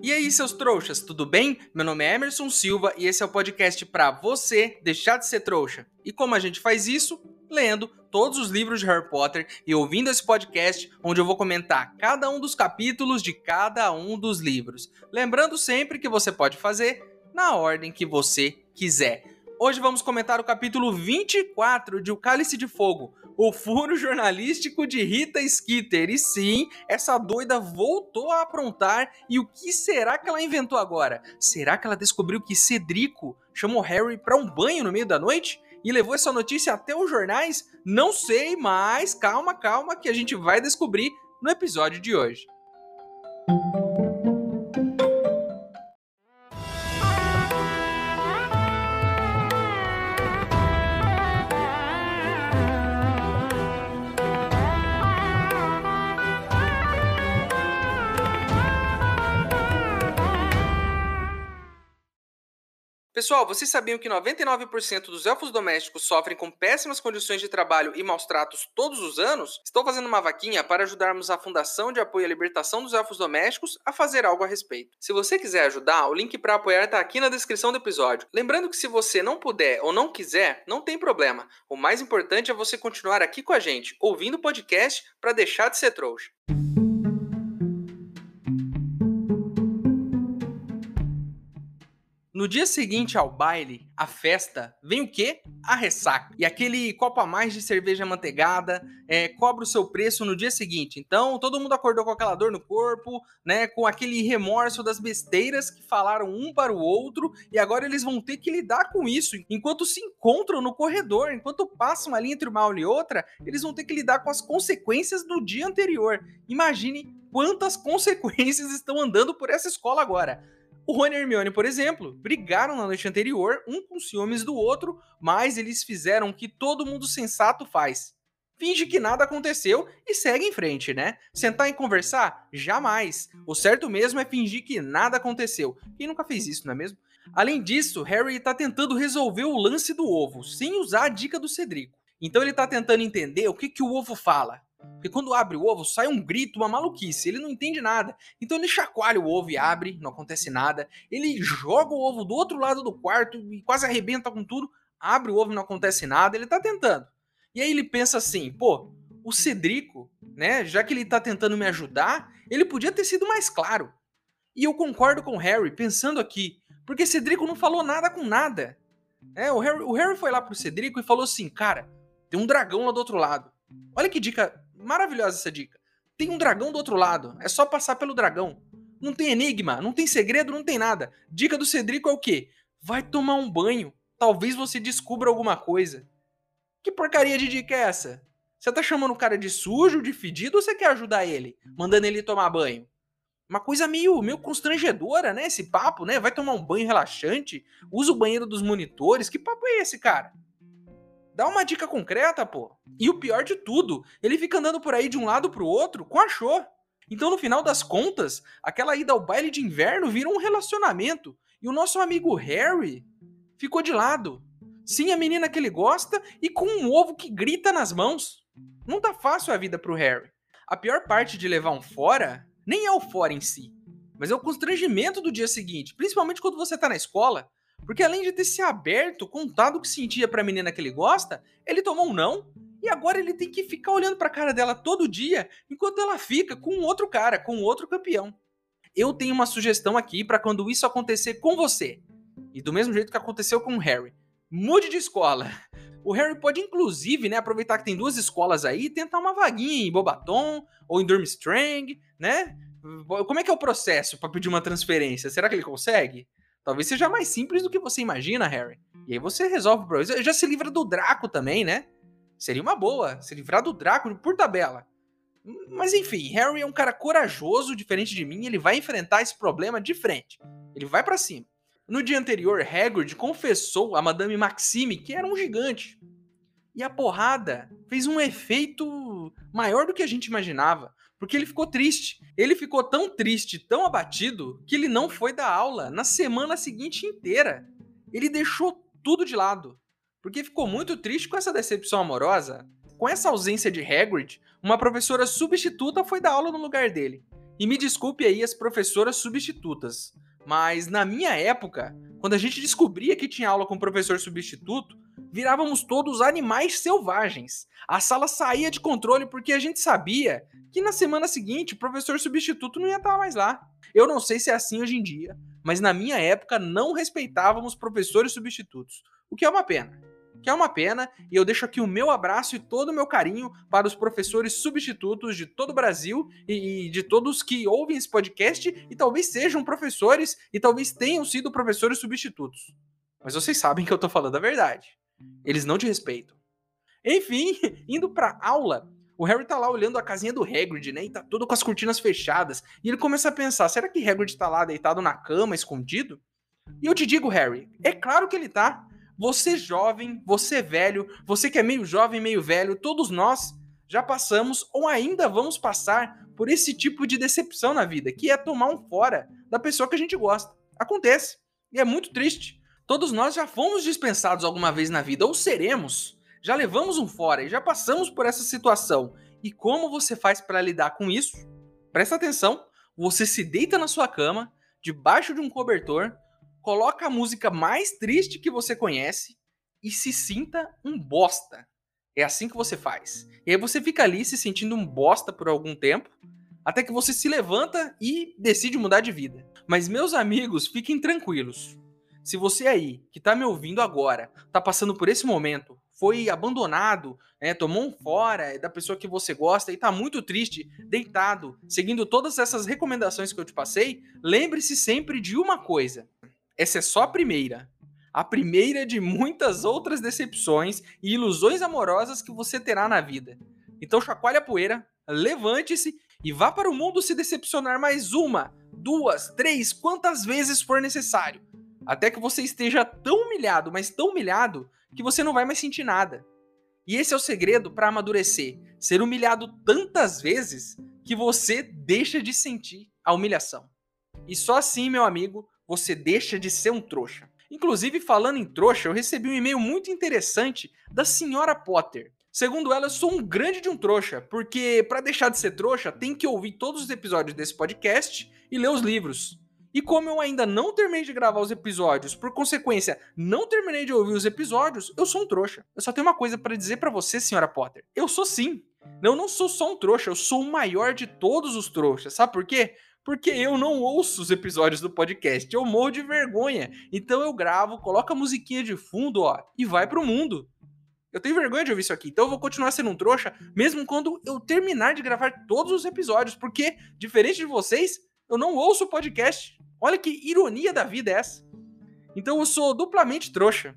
E aí, seus trouxas, tudo bem? Meu nome é Emerson Silva e esse é o podcast para você deixar de ser trouxa. E como a gente faz isso? Lendo todos os livros de Harry Potter e ouvindo esse podcast onde eu vou comentar cada um dos capítulos de cada um dos livros. Lembrando sempre que você pode fazer na ordem que você quiser. Hoje vamos comentar o capítulo 24 de O Cálice de Fogo, o furo jornalístico de Rita Skeeter. E sim, essa doida voltou a aprontar. E o que será que ela inventou agora? Será que ela descobriu que Cedrico chamou Harry para um banho no meio da noite? E levou essa notícia até os jornais? Não sei, mas calma que a gente vai descobrir no episódio de hoje. Pessoal, vocês sabiam que 99% dos elfos domésticos sofrem com péssimas condições de trabalho e maus tratos todos os anos? Estou fazendo uma vaquinha para ajudarmos a Fundação de Apoio à Libertação dos Elfos Domésticos a fazer algo a respeito. Se você quiser ajudar, o link para apoiar está aqui na descrição do episódio. Lembrando que se você não puder ou não quiser, não tem problema. O mais importante é você continuar aqui com a gente, ouvindo o podcast para deixar de ser trouxa. No dia seguinte ao baile, a festa, vem o quê? A ressaca. E aquele copo a mais de cerveja amanteigada cobra o seu preço no dia seguinte. Então, todo mundo acordou com aquela dor no corpo, né? Com aquele remorso das besteiras que falaram um para o outro. E agora eles vão ter que lidar com isso. Enquanto se encontram no corredor, enquanto passam ali entre uma aula e outra, eles vão ter que lidar com as consequências do dia anterior. Imagine quantas consequências estão andando por essa escola agora. O Rony e a Hermione, por exemplo, brigaram na noite anterior, um com ciúmes do outro, mas eles fizeram o que todo mundo sensato faz. Finge que nada aconteceu e segue em frente, né? Sentar e conversar? Jamais. O certo mesmo é fingir que nada aconteceu. Quem nunca fez isso, não é mesmo? Além disso, Harry tá tentando resolver o lance do ovo, sem usar a dica do Cedrico. Então ele tá tentando entender o que o ovo fala. Porque quando abre o ovo, sai um grito, uma maluquice, ele não entende nada. Então ele chacoalha o ovo e abre, não acontece nada. Ele joga o ovo do outro lado do quarto e quase arrebenta com tudo. Abre o ovo, não acontece nada, ele tá tentando. E aí ele pensa assim, pô, o Cedrico, né, já que ele tá tentando me ajudar, ele podia ter sido mais claro. E eu concordo com o Harry, pensando aqui, porque Cedrico não falou nada com nada. O Harry foi lá pro Cedrico e falou assim, cara, tem um dragão lá do outro lado. Olha que dica maravilhosa essa dica. Tem um dragão do outro lado. É só passar pelo dragão. Não tem enigma, não tem segredo, não tem nada. Dica do Cedrico é o quê? Vai tomar um banho. Talvez você descubra alguma coisa. Que porcaria de dica é essa? Você tá chamando o cara de sujo, de fedido ou você quer ajudar ele? Mandando ele tomar banho? Uma coisa meio constrangedora, né? Esse papo, né? Vai tomar um banho relaxante? Usa o banheiro dos monitores? Que papo é esse, cara? Dá uma dica concreta, pô. E o pior de tudo, ele fica andando por aí de um lado pro outro com a Cho. Então, no final das contas, aquela ida ao baile de inverno vira um relacionamento. E o nosso amigo Harry ficou de lado. Sim, a menina que ele gosta e com um ovo que grita nas mãos. Não tá fácil a vida pro Harry. A pior parte de levar um fora nem é o fora em si, mas é o constrangimento do dia seguinte, principalmente quando você tá na escola. Porque além de ter se aberto, contado o que sentia pra menina que ele gosta, ele tomou um não, e agora ele tem que ficar olhando pra cara dela todo dia, enquanto ela fica com outro cara, com outro campeão. Eu tenho uma sugestão aqui pra quando isso acontecer com você. E do mesmo jeito que aconteceu com o Harry. Mude de escola. O Harry pode inclusive, né, aproveitar que tem duas escolas aí e tentar uma vaguinha em Bobaton ou em Durmstrang, né? Como é que é o processo pra pedir uma transferência? Será que ele consegue? Talvez seja mais simples do que você imagina, Harry. E aí você resolve o problema. Já se livra do Draco também, né? Seria uma boa, se livrar do Draco por tabela. Mas enfim, Harry é um cara corajoso, diferente de mim, ele vai enfrentar esse problema de frente. Ele vai pra cima. No dia anterior, Hagrid confessou a Madame Maxime que era um gigante. E a porrada fez um efeito maior do que a gente imaginava. Porque ele ficou triste. Ele ficou tão triste, tão abatido, que ele não foi dar aula na semana seguinte inteira. Ele deixou tudo de lado. Porque ficou muito triste com essa decepção amorosa. Com essa ausência de Hagrid, uma professora substituta foi dar aula no lugar dele. E me desculpe aí as professoras substitutas, mas na minha época, quando a gente descobria que tinha aula com professor substituto, virávamos todos animais selvagens. A sala saía de controle porque a gente sabia que na semana seguinte o professor substituto não ia estar mais lá. Eu não sei se é assim hoje em dia, mas na minha época não respeitávamos professores substitutos, o que é uma pena. Que é uma pena, e eu deixo aqui o meu abraço e todo o meu carinho para os professores substitutos de todo o Brasil e de todos que ouvem esse podcast e talvez sejam professores e talvez tenham sido professores substitutos. Mas vocês sabem que eu tô falando a verdade. Eles não te respeitam. Enfim, indo pra aula, o Harry tá lá olhando a casinha do Hagrid, né? E tá todo com as cortinas fechadas. E ele começa a pensar, será que Hagrid tá lá deitado na cama, escondido? E eu te digo, Harry, é claro que ele tá. Você jovem, você velho, você que é meio jovem, meio velho, todos nós já passamos ou ainda vamos passar por esse tipo de decepção na vida, que é tomar um fora da pessoa que a gente gosta. Acontece. E é muito triste. Todos nós já fomos dispensados alguma vez na vida, ou seremos. Já levamos um fora e já passamos por essa situação. E como você faz para lidar com isso? Presta atenção. Você se deita na sua cama, debaixo de um cobertor, coloca a música mais triste que você conhece e se sinta um bosta. É assim que você faz. E aí você fica ali se sentindo um bosta por algum tempo, até que você se levanta e decide mudar de vida. Mas meus amigos, fiquem tranquilos. Se você aí, que tá me ouvindo agora, tá passando por esse momento, foi abandonado, tomou um fora da pessoa que você gosta e tá muito triste, deitado, seguindo todas essas recomendações que eu te passei, lembre-se sempre de uma coisa. Essa é só a primeira. A primeira de muitas outras decepções e ilusões amorosas que você terá na vida. Então chacoalhe a poeira, levante-se e vá para o mundo se decepcionar mais uma, duas, três, quantas vezes for necessário. Até que você esteja tão humilhado, mas tão humilhado, que você não vai mais sentir nada. E esse é o segredo para amadurecer. Ser humilhado tantas vezes que você deixa de sentir a humilhação. E só assim, meu amigo, você deixa de ser um trouxa. Inclusive, falando em trouxa, eu recebi um e-mail muito interessante da senhora Potter. Segundo ela, eu sou um grande de um trouxa, porque para deixar de ser trouxa, tem que ouvir todos os episódios desse podcast e ler os livros. E como eu ainda não terminei de gravar os episódios, por consequência, não terminei de ouvir os episódios, eu sou um trouxa. Eu só tenho uma coisa para dizer para você, senhora Potter. Eu sou sim. Eu não sou só um trouxa, eu sou o maior de todos os trouxas. Sabe por quê? Porque eu não ouço os episódios do podcast, eu morro de vergonha. Então eu gravo, coloco a musiquinha de fundo, ó, e vai pro mundo. Eu tenho vergonha de ouvir isso aqui, então eu vou continuar sendo um trouxa, mesmo quando eu terminar de gravar todos os episódios, porque, diferente de vocês, eu não ouço o podcast. Olha que ironia da vida é essa. Então eu sou duplamente trouxa.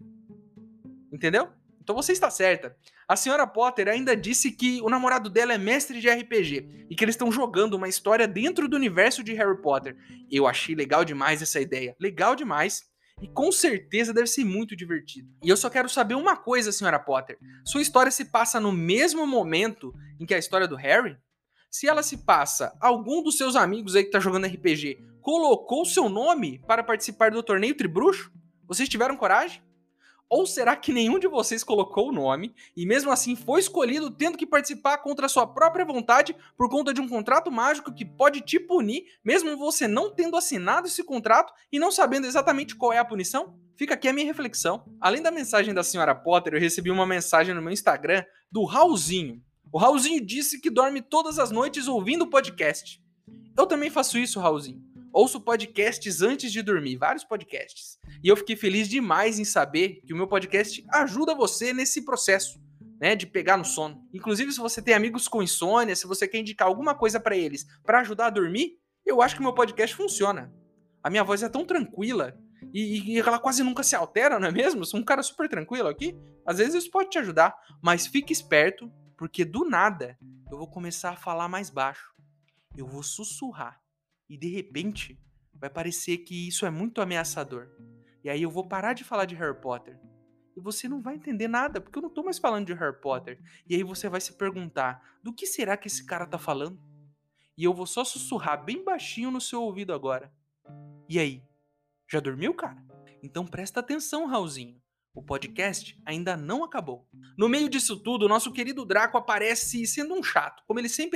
Entendeu? Então você está certa. A senhora Potter ainda disse que o namorado dela é mestre de RPG e que eles estão jogando uma história dentro do universo de Harry Potter. Eu achei legal demais essa ideia. Legal demais. E com certeza deve ser muito divertido. E eu só quero saber uma coisa, senhora Potter. Sua história se passa no mesmo momento em que a história do Harry? Se ela se passa, algum dos seus amigos aí que tá jogando RPG colocou seu nome para participar do torneio Tribruxo? Vocês tiveram coragem? Ou será que nenhum de vocês colocou o nome e mesmo assim foi escolhido tendo que participar contra a sua própria vontade por conta de um contrato mágico que pode te punir, mesmo você não tendo assinado esse contrato e não sabendo exatamente qual é a punição? Fica aqui a minha reflexão. Além da mensagem da senhora Potter, eu recebi uma mensagem no meu Instagram do Raulzinho. O Raulzinho disse que dorme todas as noites ouvindo o podcast. Eu também faço isso, Raulzinho. Ouço podcasts antes de dormir, vários podcasts. E eu fiquei feliz demais em saber que o meu podcast ajuda você nesse processo, né, de pegar no sono. Inclusive, se você tem amigos com insônia, se você quer indicar alguma coisa para eles para ajudar a dormir, eu acho que o meu podcast funciona. A minha voz é tão tranquila e ela quase nunca se altera, não é mesmo? Sou um cara super tranquilo aqui. Às vezes isso pode te ajudar, mas fique esperto, porque do nada eu vou começar a falar mais baixo. Eu vou sussurrar. E de repente, vai parecer que isso é muito ameaçador. E aí eu vou parar de falar de Harry Potter. E você não vai entender nada, porque eu não tô mais falando de Harry Potter. E aí você vai se perguntar, do que será que esse cara tá falando? E eu vou só sussurrar bem baixinho no seu ouvido agora. E aí? Já dormiu, cara? Então presta atenção, Raulzinho. O podcast ainda não acabou. No meio disso tudo, o nosso querido Draco aparece sendo um chato, como ele sempre é.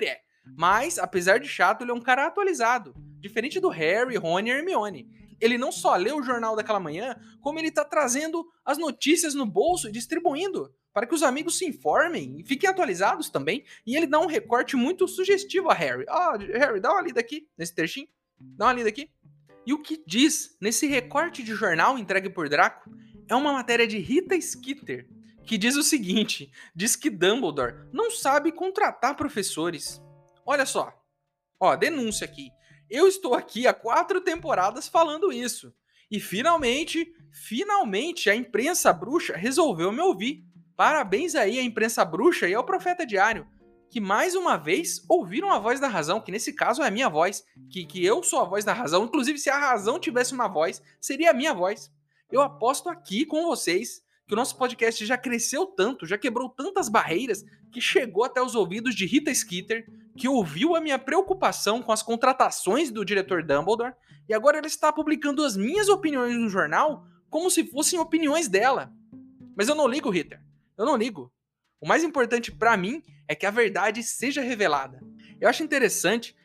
Mas, apesar de chato, ele é um cara atualizado. Diferente do Harry, Rony e Hermione. Ele não só lê o jornal daquela manhã, como ele tá trazendo as notícias no bolso e distribuindo para que os amigos se informem e fiquem atualizados também. E ele dá um recorte muito sugestivo a Harry. Harry, dá uma lida aqui, nesse trechinho. Dá uma lida aqui. E o que diz nesse recorte de jornal entregue por Draco é uma matéria de Rita Skeeter, que diz o seguinte: diz que Dumbledore não sabe contratar professores. Olha só, denúncia aqui. Eu estou aqui há 4 temporadas falando isso. E finalmente a imprensa bruxa resolveu me ouvir. Parabéns aí à imprensa bruxa e ao Profeta Diário, que mais uma vez ouviram a voz da razão, que nesse caso é a minha voz, que eu sou a voz da razão. Inclusive, se a razão tivesse uma voz, seria a minha voz. Eu aposto aqui com vocês que o nosso podcast já cresceu tanto, já quebrou tantas barreiras, que chegou até os ouvidos de Rita Skeeter, que ouviu a minha preocupação com as contratações do diretor Dumbledore, e agora ela está publicando as minhas opiniões no jornal como se fossem opiniões dela. Mas eu não ligo, Rita. Eu não ligo. O mais importante pra mim é que a verdade seja revelada. Eu acho interessante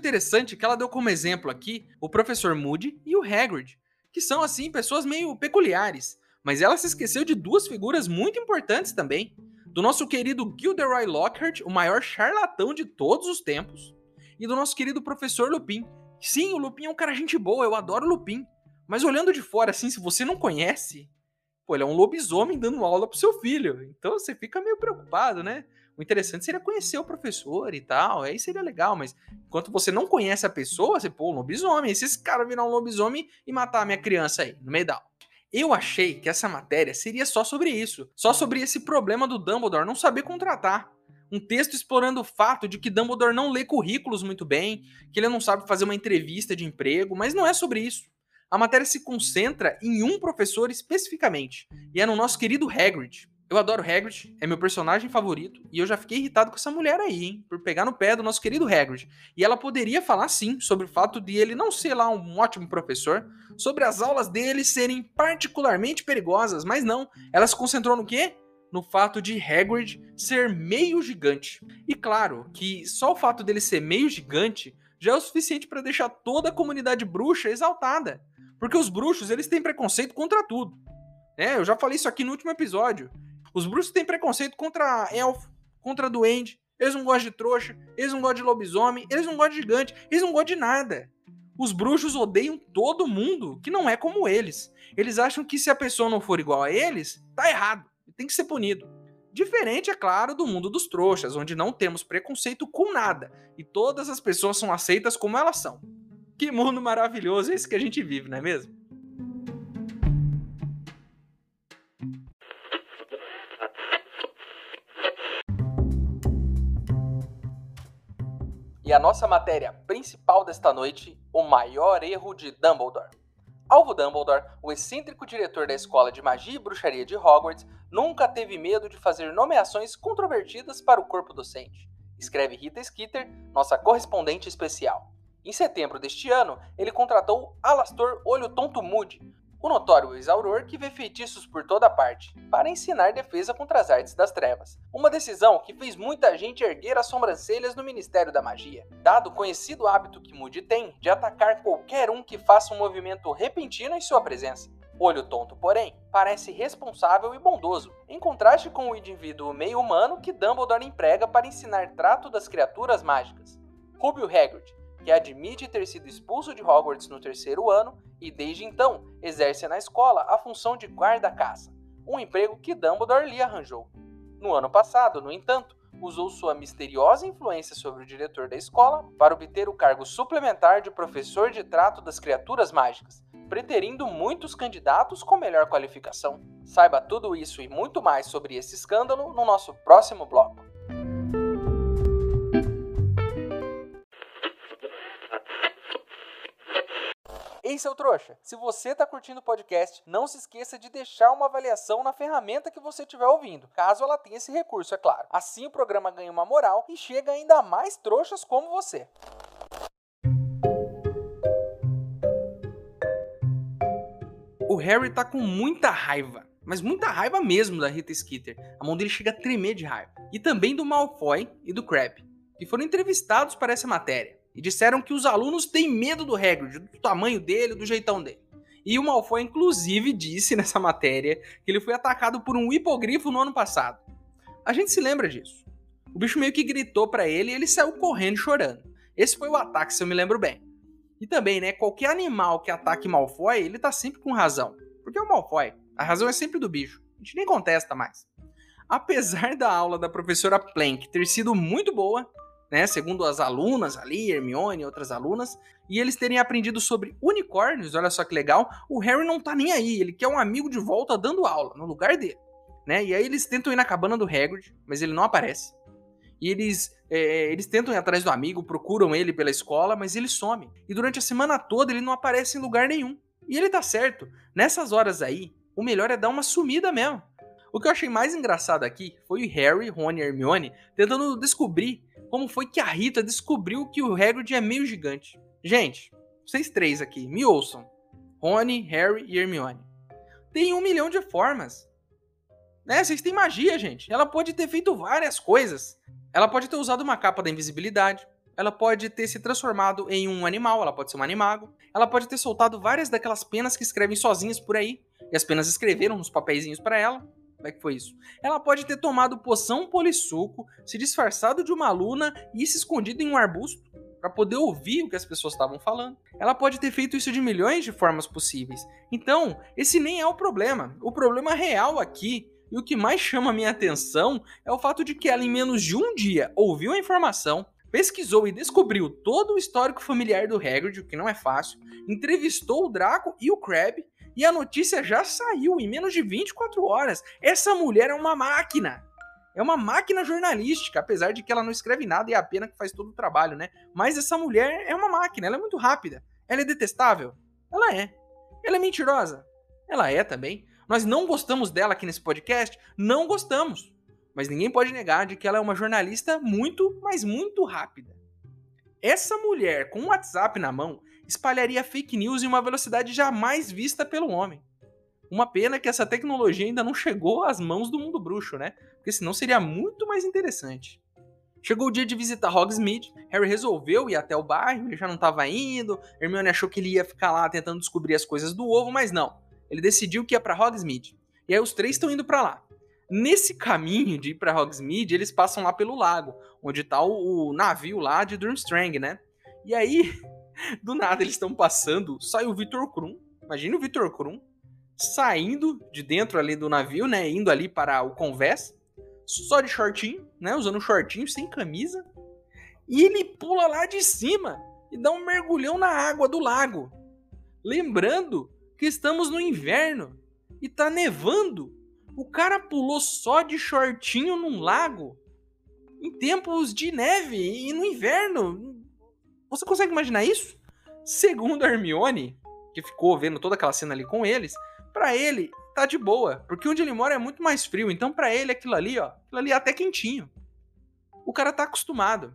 que ela deu como exemplo aqui o professor Moody e o Hagrid, que são, assim, pessoas meio peculiares. Mas ela se esqueceu de 2 figuras muito importantes também. Do nosso querido Gilderoy Lockhart, o maior charlatão de todos os tempos. E do nosso querido professor Lupin. Sim, o Lupin é um cara gente boa, eu adoro o Lupin. Mas olhando de fora, assim, se você não conhece, ele é um lobisomem dando aula pro seu filho. Então você fica meio preocupado, né? O interessante seria conhecer o professor e tal, aí seria legal, mas enquanto você não conhece a pessoa, você, um lobisomem, e se esse cara virar um lobisomem e matar a minha criança aí, no meio da aula? Eu achei que essa matéria seria só sobre isso, só sobre esse problema do Dumbledore não saber contratar. Um texto explorando o fato de que Dumbledore não lê currículos muito bem, que ele não sabe fazer uma entrevista de emprego, mas não é sobre isso. A matéria se concentra em um professor especificamente, e é no nosso querido Hagrid. Eu adoro Hagrid, é meu personagem favorito, e eu já fiquei irritado com essa mulher aí, hein, por pegar no pé do nosso querido Hagrid. E ela poderia falar sim sobre o fato de ele não ser lá um ótimo professor, sobre as aulas dele serem particularmente perigosas, mas não, ela se concentrou no quê? No fato de Hagrid ser meio gigante. E claro que só o fato dele ser meio gigante já é o suficiente para deixar toda a comunidade bruxa exaltada. Porque os bruxos, eles têm preconceito contra tudo. Eu já falei isso aqui no último episódio. Os bruxos têm preconceito contra elfo, contra duende. Eles não gostam de trouxa, eles não gostam de lobisomem, eles não gostam de gigante, eles não gostam de nada. Os bruxos odeiam todo mundo que não é como eles. Eles acham que se a pessoa não for igual a eles, tá errado, tem que ser punido. Diferente, é claro, do mundo dos trouxas, onde não temos preconceito com nada e todas as pessoas são aceitas como elas são. Que mundo maravilhoso é esse que a gente vive, não é mesmo? E a nossa matéria principal desta noite, o maior erro de Dumbledore. Alvo Dumbledore, o excêntrico diretor da Escola de Magia e Bruxaria de Hogwarts, nunca teve medo de fazer nomeações controvertidas para o corpo docente. Escreve Rita Skeeter, nossa correspondente especial. Em setembro deste ano, ele contratou Alastor Olho Tonto Moody, o notório ex-auror que vê feitiços por toda parte, para ensinar defesa contra as artes das trevas. Uma decisão que fez muita gente erguer as sobrancelhas no Ministério da Magia, dado o conhecido hábito que Moody tem de atacar qualquer um que faça um movimento repentino em sua presença. Olho Tonto, porém, parece responsável e bondoso, em contraste com o indivíduo meio humano que Dumbledore emprega para ensinar trato das criaturas mágicas. Rubio Hagrid, que admite ter sido expulso de Hogwarts no 3º ano e desde então exerce na escola a função de guarda-caça, um emprego que Dumbledore lhe arranjou. No ano passado, no entanto, usou sua misteriosa influência sobre o diretor da escola para obter o cargo suplementar de professor de trato das criaturas mágicas, preterindo muitos candidatos com melhor qualificação. Saiba tudo isso e muito mais sobre esse escândalo no nosso próximo bloco. Ei, seu trouxa, se você tá curtindo o podcast, não se esqueça de deixar uma avaliação na ferramenta que você estiver ouvindo, caso ela tenha esse recurso, é claro. Assim o programa ganha uma moral e chega ainda a mais trouxas como você. O Harry tá com muita raiva, mas muita raiva mesmo da Rita Skeeter. A mão dele chega a tremer de raiva. E também do Malfoy e do Crabbe. que foram entrevistados para essa matéria e disseram que os alunos têm medo do Hagrid, do tamanho dele, do jeitão dele. E o Malfoy, inclusive, disse nessa matéria que ele foi atacado por um hipogrifo no ano passado. A gente se lembra disso. O bicho meio que gritou pra ele e ele saiu correndo chorando. Esse foi o ataque, se eu me lembro bem. E também, né, qualquer animal que ataque Malfoy, ele tá sempre com razão. Porque é o Malfoy. A razão é sempre do bicho. A gente nem contesta mais. Apesar da aula da professora Plank ter sido muito boa, né, segundo as alunas ali, Hermione e outras alunas, e eles terem aprendido sobre unicórnios, olha só que legal, o Harry não tá nem aí, ele quer um amigo de volta dando aula, no lugar dele, né, e aí eles tentam ir na cabana do Hagrid, mas ele não aparece, e eles tentam ir atrás do amigo, procuram ele pela escola, mas ele some, e durante a semana toda ele não aparece em lugar nenhum, e ele tá certo, nessas horas aí, o melhor é dar uma sumida mesmo. O que eu achei mais engraçado aqui foi o Harry, Ron e Hermione tentando descobrir como foi que a Rita descobriu que o Hagrid é meio gigante. Gente, vocês três aqui, me ouçam. Rony, Harry e Hermione. Tem 1 milhão de formas. Né? Vocês têm magia, gente. Ela pode ter feito várias coisas. Ela pode ter usado uma capa da invisibilidade. Ela pode ter se transformado em um animal. Ela pode ser um animago. Ela pode ter soltado várias daquelas penas que escrevem sozinhas por aí. E as penas escreveram nos papeizinhos para ela. Como é que foi isso? Ela pode ter tomado poção polissuco, se disfarçado de uma aluna e se escondido em um arbusto para poder ouvir o que as pessoas estavam falando. Ela pode ter feito isso de milhões de formas possíveis. Então, esse nem é o problema. O problema real aqui, e o que mais chama a minha atenção, é o fato de que ela em menos de um dia ouviu a informação, pesquisou e descobriu todo o histórico familiar do Hagrid, o que não é fácil, entrevistou o Draco e o Crabbe, e a notícia já saiu em menos de 24 horas. Essa mulher é uma máquina. É uma máquina jornalística, apesar de que ela não escreve nada e é a pena que faz todo o trabalho, né? Mas essa mulher é uma máquina, ela é muito rápida. Ela é detestável? Ela é. Ela é mentirosa? Ela é também. Nós não gostamos dela aqui nesse podcast? Não gostamos. Mas ninguém pode negar de que ela é uma jornalista muito, mas muito rápida. Essa mulher com um WhatsApp na mão espalharia fake news em uma velocidade jamais vista pelo homem. Uma pena que essa tecnologia ainda não chegou às mãos do mundo bruxo, né? Porque senão seria muito mais interessante. Chegou o dia de visitar Hogsmeade, Harry resolveu ir até o bairro, ele já não estava indo, Hermione achou que ele ia ficar lá tentando descobrir as coisas do ovo, mas não. Ele decidiu que ia para Hogsmeade. E aí os três estão indo para lá. Nesse caminho de ir para Hogsmeade, eles passam lá pelo lago, onde tá o navio lá de Durmstrang, né? E aí, do nada eles estão passando, sai o Victor Krum, imagina o Victor Krum, saindo de dentro ali do navio, né, indo ali para o convés, só de shortinho, né, usando um shortinho, sem camisa, e ele pula lá de cima e dá um mergulhão na água do lago. Lembrando que estamos no inverno e tá nevando. O cara pulou só de shortinho num lago em tempos de neve e no inverno. Você consegue imaginar isso? Segundo a Hermione, que ficou vendo toda aquela cena ali com eles, pra ele tá de boa, porque onde ele mora é muito mais frio, então pra ele aquilo ali, ó, aquilo ali é até quentinho. O cara tá acostumado.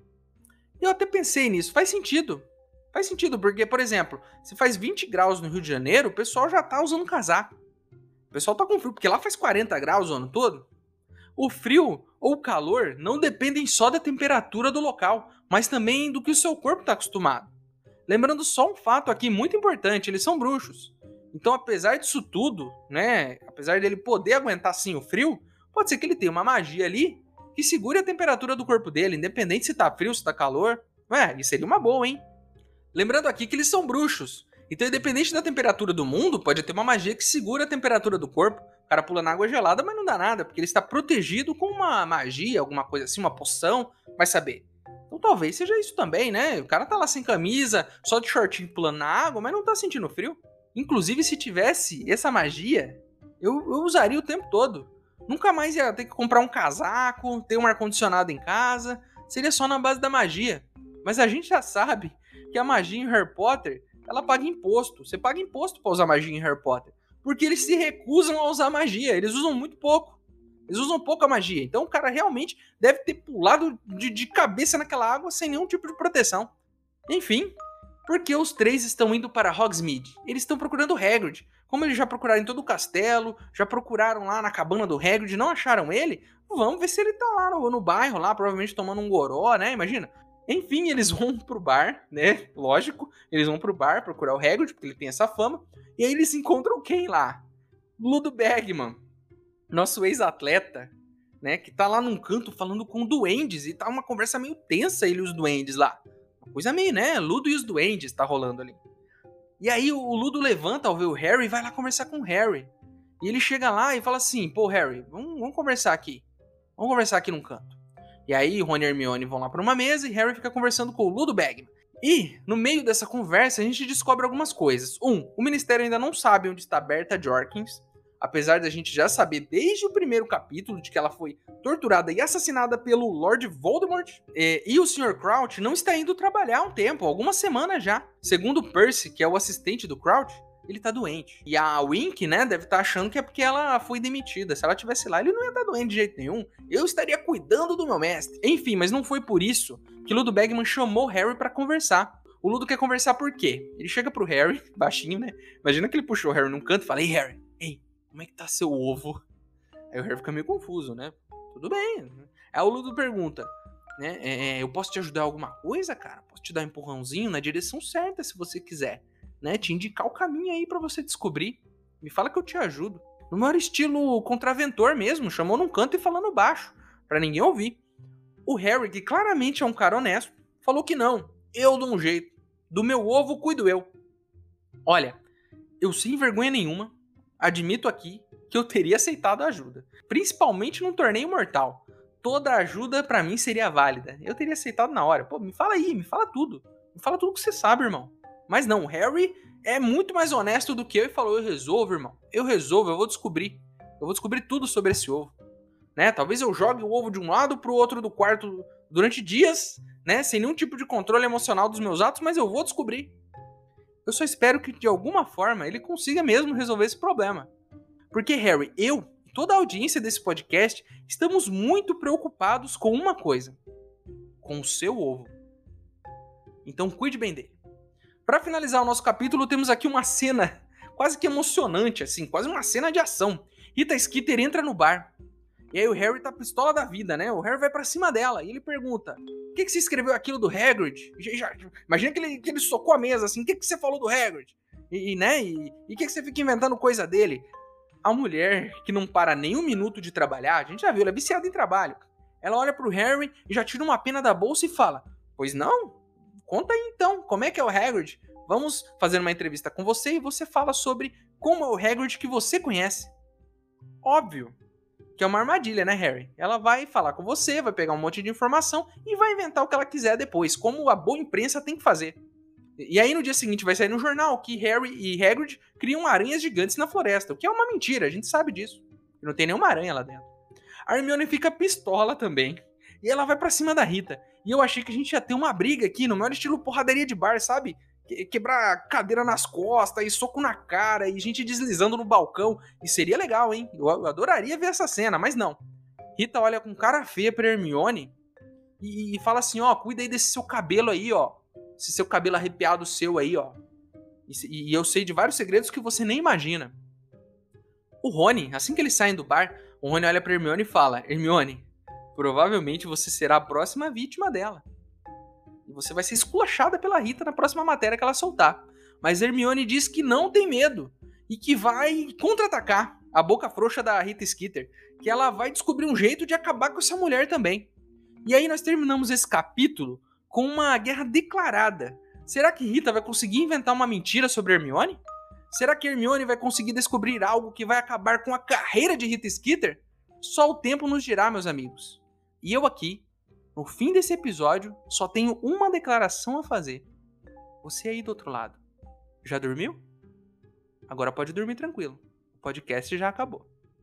Eu até pensei nisso, faz sentido. Faz sentido, porque, por exemplo, se faz 20 graus no Rio de Janeiro, o pessoal já tá usando casaco. O pessoal tá com frio, porque lá faz 40 graus o ano todo. O frio ou o calor não dependem só da temperatura do local, mas também do que o seu corpo está acostumado. Lembrando só um fato aqui muito importante, eles são bruxos. Então, apesar disso tudo, né, apesar dele poder aguentar sim o frio, pode ser que ele tenha uma magia ali que segure a temperatura do corpo dele, independente se tá frio, se tá calor. Isso seria uma boa, hein? Lembrando aqui que eles são bruxos. Então, independente da temperatura do mundo, pode ter uma magia que segura a temperatura do corpo. O cara pula na água gelada, mas não dá nada, porque ele está protegido com uma magia, alguma coisa assim, uma poção, vai saber. Então talvez seja isso também, né? O cara tá lá sem camisa, só de shortinho pulando na água, mas não tá sentindo frio. Inclusive, se tivesse essa magia, eu usaria o tempo todo. Nunca mais ia ter que comprar um casaco, ter um ar-condicionado em casa. Seria só na base da magia. Mas a gente já sabe que a magia em Harry Potter, ela paga imposto. Você paga imposto pra usar magia em Harry Potter. Porque eles se recusam a usar magia. Eles usam muito pouco. Eles usam pouco a magia. Então o cara realmente deve ter pulado de cabeça naquela água sem nenhum tipo de proteção. Enfim, porque os três estão indo para Hogsmeade? Eles estão procurando Hagrid. Como eles já procuraram em todo o castelo, já procuraram lá na cabana do Hagrid, não acharam ele, vamos ver se ele tá lá no bairro, lá, provavelmente tomando um goró, né? Imagina. Enfim, eles vão pro bar, né? Lógico, eles vão pro bar procurar o Hagrid, porque ele tem essa fama. E aí eles encontram quem lá? Ludo Bagman, nosso ex-atleta, né? Que tá lá num canto falando com duendes. E tá uma conversa meio tensa ele e os duendes lá. Uma coisa meio, né? Ludo e os duendes tá rolando ali. E aí o Ludo levanta ao ver o Harry e vai lá conversar com o Harry. E ele chega lá e fala assim, pô, Harry, vamos conversar aqui. Vamos conversar aqui num canto. E aí Rony e Hermione vão lá pra uma mesa e Harry fica conversando com o Ludo Bagman. E, no meio dessa conversa, a gente descobre algumas coisas. O Ministério ainda não sabe onde está Bertha Jorkins, apesar da gente já saber desde o primeiro capítulo de que ela foi torturada e assassinada pelo Lord Voldemort. E o Sr. Crouch não está indo trabalhar há um tempo, algumas semanas já. Segundo Percy, que é o assistente do Crouch, ele tá doente. E a Wink, né, deve estar achando que é porque ela foi demitida. Se ela tivesse lá, ele não ia estar doente de jeito nenhum. Eu estaria cuidando do meu mestre. Enfim, mas não foi por isso que Ludo Bagman chamou Harry pra conversar. O Ludo quer conversar por quê? Ele chega pro Harry, baixinho, né? Imagina que ele puxou o Harry num canto e fala, ei, Harry, como é que tá seu ovo? Aí o Harry fica meio confuso, né? Tudo bem. Aí o Ludo pergunta, né? Eu posso te ajudar em alguma coisa, cara? Posso te dar um empurrãozinho na direção certa, se você quiser. Né, te indicar o caminho aí pra você descobrir. Me fala que eu te ajudo. No maior estilo contraventor mesmo, chamou num canto e falando baixo, pra ninguém ouvir. O Harry, que claramente é um cara honesto, falou que não. Eu dou um jeito. Do meu ovo cuido eu. Olha, eu sem vergonha nenhuma, admito aqui que eu teria aceitado a ajuda. Principalmente num torneio mortal. Toda ajuda pra mim seria válida. Eu teria aceitado na hora. Pô, me fala aí, me fala tudo. Me fala tudo que você sabe, irmão. Mas não, o Harry é muito mais honesto do que eu e falou, eu resolvo, irmão. Eu resolvo, eu vou descobrir. Eu vou descobrir tudo sobre esse ovo. Né? Talvez eu jogue o ovo de um lado pro outro do quarto durante dias, né? Sem nenhum tipo de controle emocional dos meus atos, mas eu vou descobrir. Eu só espero que, de alguma forma, ele consiga mesmo resolver esse problema. Porque, Harry, eu e toda a audiência desse podcast estamos muito preocupados com uma coisa. Com o seu ovo. Então cuide bem dele. Para finalizar o nosso capítulo, temos aqui uma cena quase que emocionante, assim, quase uma cena de ação. Rita Skeeter entra no bar. E aí o Harry tá pistola da vida, né? O Harry vai pra cima dela e ele pergunta, por que você escreveu aquilo do Hagrid? Imagina que ele socou a mesa, assim, o que você falou do Hagrid? Né? E o que você fica inventando coisa dele? A mulher, que não para nem um minuto de trabalhar, a gente já viu, ela é viciada em trabalho. Ela olha pro Harry e já tira uma pena da bolsa e fala, pois não? Conta aí então, como é que é o Hagrid? Vamos fazer uma entrevista com você e você fala sobre como é o Hagrid que você conhece. Óbvio que é uma armadilha, né, Harry? Ela vai falar com você, vai pegar um monte de informação e vai inventar o que ela quiser depois, como a boa imprensa tem que fazer. E aí no dia seguinte vai sair no jornal que Harry e Hagrid criam aranhas gigantes na floresta, o que é uma mentira, a gente sabe disso. Não tem nenhuma aranha lá dentro. A Hermione fica pistola também. E ela vai pra cima da Rita. E eu achei que a gente ia ter uma briga aqui, no maior estilo porradaria de bar, sabe? Quebrar cadeira nas costas e soco na cara e gente deslizando no balcão. E seria legal, hein? Eu adoraria ver essa cena, mas não. Rita olha com cara feia pra Hermione e fala assim, ó, cuida aí desse seu cabelo aí, ó. Esse seu cabelo arrepiado seu aí, ó. E eu sei de vários segredos que você nem imagina. O Rony, assim que eles saem do bar, o Rony olha pra Hermione e fala, Hermione, provavelmente você será a próxima vítima dela. E você vai ser esculachada pela Rita na próxima matéria que ela soltar. Mas Hermione diz que não tem medo e que vai contra-atacar a boca frouxa da Rita Skeeter, que ela vai descobrir um jeito de acabar com essa mulher também. E aí nós terminamos esse capítulo com uma guerra declarada. Será que Rita vai conseguir inventar uma mentira sobre Hermione? Será que Hermione vai conseguir descobrir algo que vai acabar com a carreira de Rita Skeeter? Só o tempo nos dirá, meus amigos. E eu aqui, no fim desse episódio, só tenho uma declaração a fazer. Você aí do outro lado, já dormiu? Agora pode dormir tranquilo. O podcast já acabou.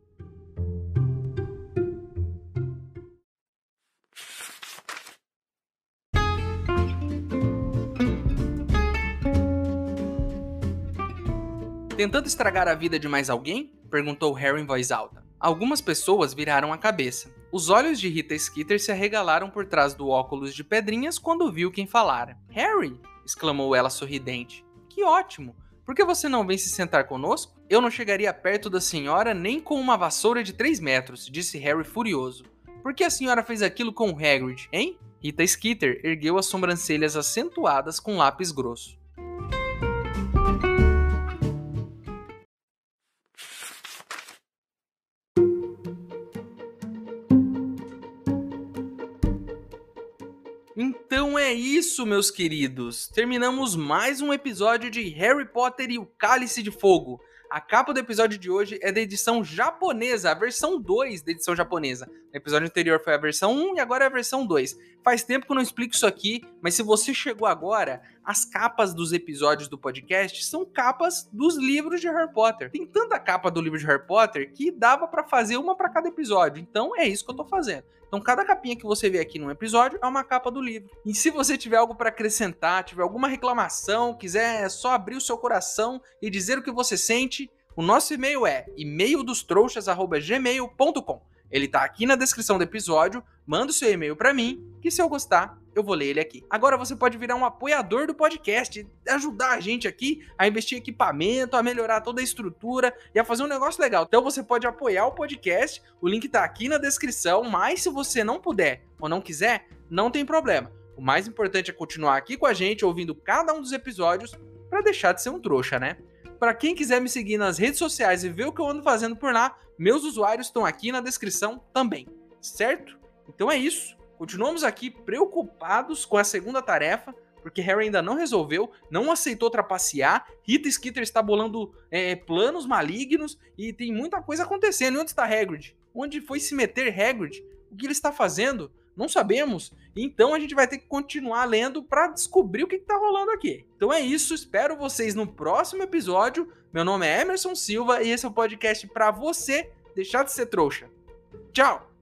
Tentando estragar a vida de mais alguém? Perguntou Harry em voz alta. Algumas pessoas viraram a cabeça. Os olhos de Rita Skeeter se arregalaram por trás do óculos de pedrinhas quando viu quem falara. Harry! Exclamou ela sorridente. Que ótimo! Por que você não vem se sentar conosco? Eu não chegaria perto da senhora nem com uma vassoura de 3 metros, disse Harry furioso. Por que a senhora fez aquilo com o Hagrid, hein? Rita Skeeter ergueu as sobrancelhas acentuadas com lápis grosso. Então é isso, meus queridos. Terminamos mais um episódio de Harry Potter e o Cálice de Fogo. A capa do episódio de hoje é da edição japonesa, a versão 2 da edição japonesa. No episódio anterior foi a versão 1 e agora é a versão 2. Faz tempo que eu não explico isso aqui, mas se você chegou agora, as capas dos episódios do podcast são capas dos livros de Harry Potter. Tem tanta capa do livro de Harry Potter que dava pra fazer uma pra cada episódio. Então é isso que eu tô fazendo. Então cada capinha que você vê aqui num episódio é uma capa do livro. E se você tiver algo pra acrescentar, tiver alguma reclamação, quiser só abrir o seu coração e dizer o que você sente, o nosso e-mail é emaildostrouxas@gmail.com. Ele tá aqui na descrição do episódio, manda o seu e-mail pra mim, que se eu gostar, eu vou ler ele aqui. Agora você pode virar um apoiador do podcast, ajudar a gente aqui a investir em equipamento, a melhorar toda a estrutura e a fazer um negócio legal. Então você pode apoiar o podcast, o link tá aqui na descrição, mas se você não puder ou não quiser, não tem problema. O mais importante é continuar aqui com a gente, ouvindo cada um dos episódios, pra deixar de ser um trouxa, né? Para quem quiser me seguir nas redes sociais e ver o que eu ando fazendo por lá, meus usuários estão aqui na descrição também, certo? Então é isso. Continuamos aqui preocupados com a segunda tarefa, porque Harry ainda não resolveu, não aceitou trapacear, Rita Skeeter está bolando planos malignos e tem muita coisa acontecendo. E onde está Hagrid? Onde foi se meter Hagrid? O que ele está fazendo? Não sabemos. Então a gente vai ter que continuar lendo para descobrir o que está rolando aqui. Então é isso, espero vocês no próximo episódio. Meu nome é Emerson Silva e esse é o podcast para você deixar de ser trouxa. Tchau!